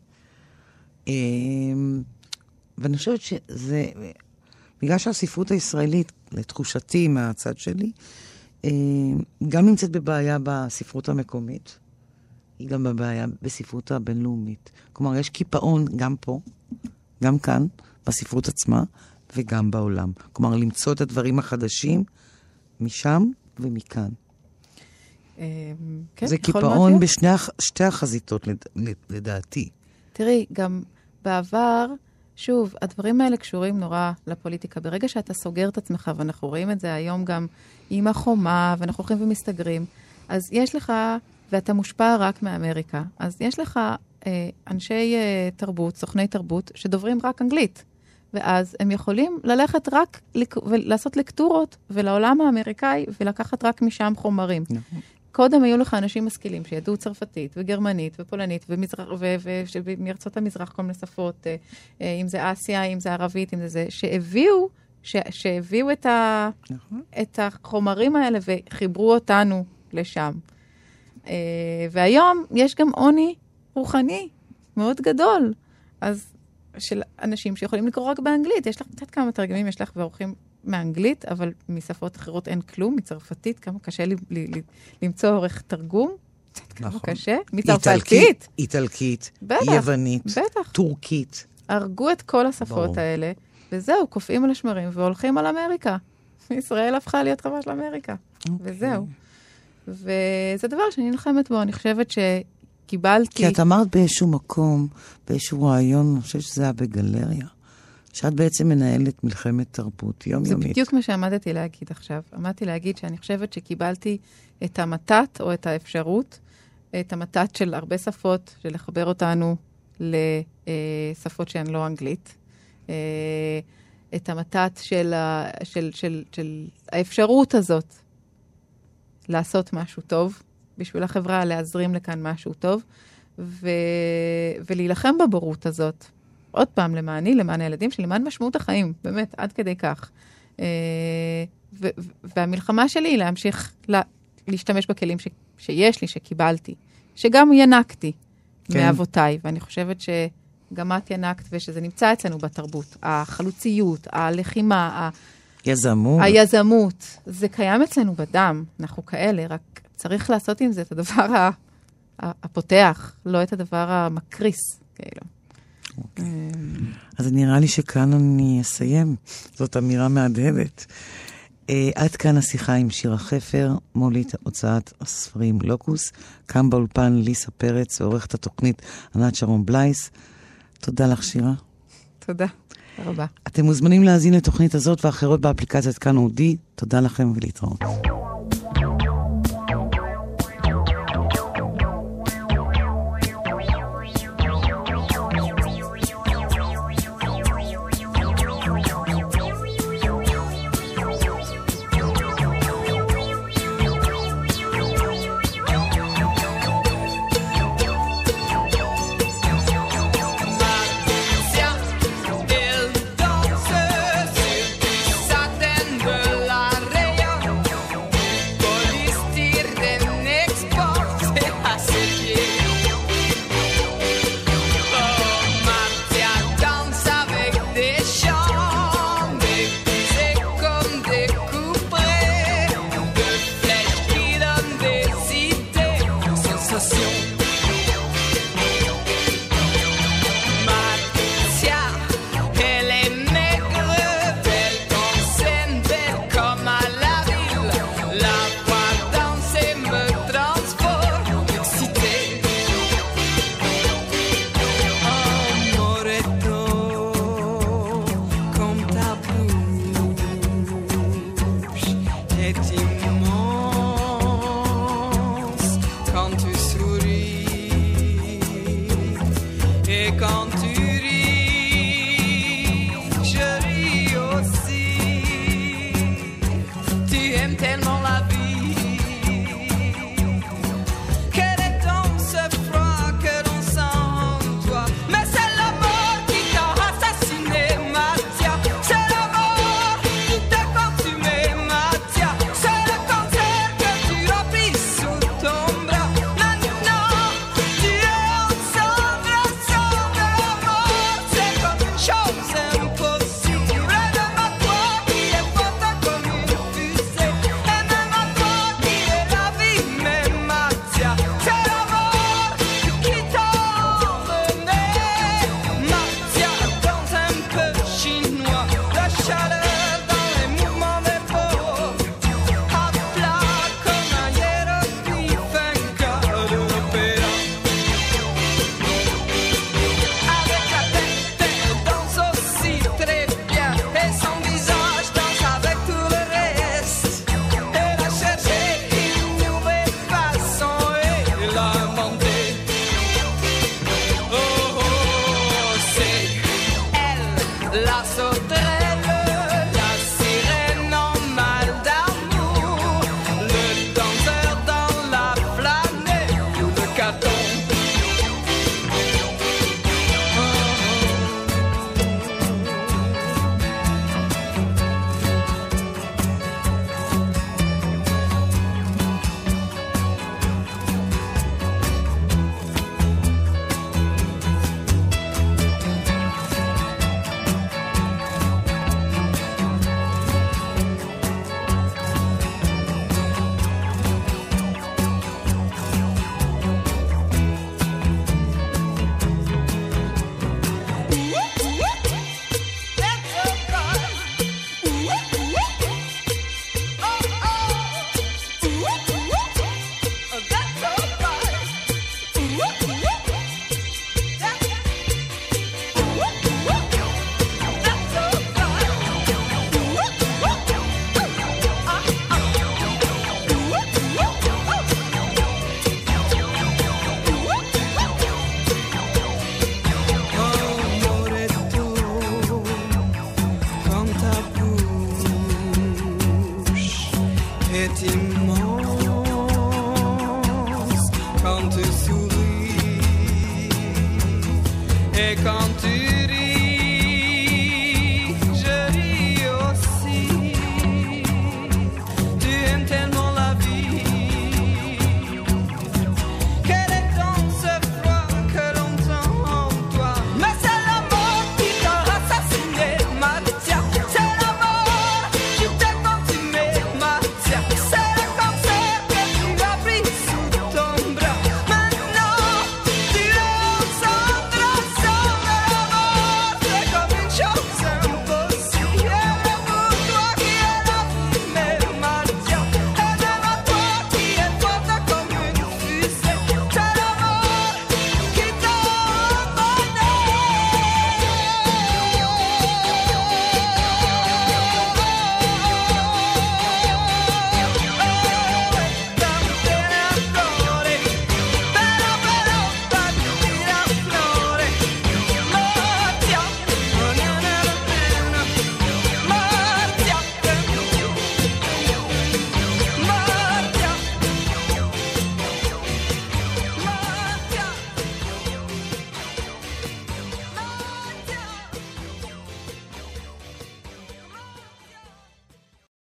ואני חושבת שזה, בגלל שהספרות הישראלית, לתחושתי מהצד שלי, גם נמצאת בבעיה בספרות המקומית, היא גם בבעיה בספרות הבינלאומית. כלומר, יש קיפאון גם פה, גם כאן, בספרות עצמה, וגם בעולם. כלומר, למצוא את הדברים החדשים משם ומכאן. כן, זה קיפאון בשתי החזיתות, לדעתי. תראי, גם בעבר, שוב, הדברים האלה קשורים נורא לפוליטיקה. ברגע שאתה סוגר את עצמך, ואנחנו רואים את זה היום גם עם החומה, ואנחנו הולכים ומסתגרים, אז יש לך, ואתה מושפע רק מאמריקה, אז יש לך אנשי תרבות, סוכני תרבות, שדוברים רק אנגלית. ואז הם יכולים ללכת רק ולעשות לקטורות, ולעולם האמריקאי, ולקחת רק משם חומרים. קודם היו לך אנשים משכילים שידעו צרפתית וגרמנית ופולנית ומארצות המזרח כל מיני שפות, אם זה אסיה, אם זה ערבית, אם זה שהביאו את החומרים האלה וחיברו אותנו לשם. והיום יש גם עוני רוחני מאוד גדול. אז של אנשים שיכולים לקרוא רק באנגלית. יש לך קצת כמה תרגמים, יש לך ועורכים מאנגלית, אבל משפות אחרות אין כלום, מצרפתית, כמה קשה לי למצוא עורך תרגום. כמה קשה. מצרפתית. איטלקית, בטח, יוונית, בטח. טורקית. הרגו את כל השפות האלה, וזהו, קופאים על השמרים והולכים על אמריקה. ישראל הפכה להיות חווה של אמריקה. וזהו. וזה דבר שאני נלחמת בו, אני חושבת שקיבלתי... כי את אמרת באיזשהו מקום, באיזשהו רעיון, אני חושבת שזה היה בגלריה, שאת בעצם מנהלת מלחמת תרבות יומיומית. זה בדיוק מה שעמדתי להגיד עכשיו. עמדתי להגיד שאני חושבת שקיבלתי את המתת או את האפשרות, את המתת של הרבה שפות, של לחבר אותנו לשפות שהן לא אנגלית. את המתת של האפשרות הזאת לעשות משהו טוב, בשביל החברה להזרים לכאן משהו טוב, ולהילחם בבורות הזאת. עוד פעם, למען הילדים שלי, למען משמעות החיים, באמת, עד כדי כך. והמלחמה שלי היא להמשיך להשתמש בכלים שיש לי, שקיבלתי, שגם ינקתי מאבותיי, ואני חושבת שגם את ינקת, ושזה נמצא אצלנו בתרבות. החלוציות, הלחימה, היזמות, זה קיים אצלנו בדם, אנחנו כאלה, רק צריך לעשות עם זה את הדבר הפותח, לא את הדבר המקריס, כאילו. אז נראה לי שכאן אני אסיים. זאת אמירה מהדהדת. עד כאן השיחה עם שירה חפר, מולית הוצאת הספרים לוקוס. כאן באולפן ליסה פרץ, עורכת התוכנית ענת שרון בלייס. תודה לך, שירה. תודה. תודה רבה. אתם מוזמנים להאזין לתוכנית הזאת ואחרות באפליקציית כאן אודי. תודה לכם ולהתראות. Quand tu souris quand tu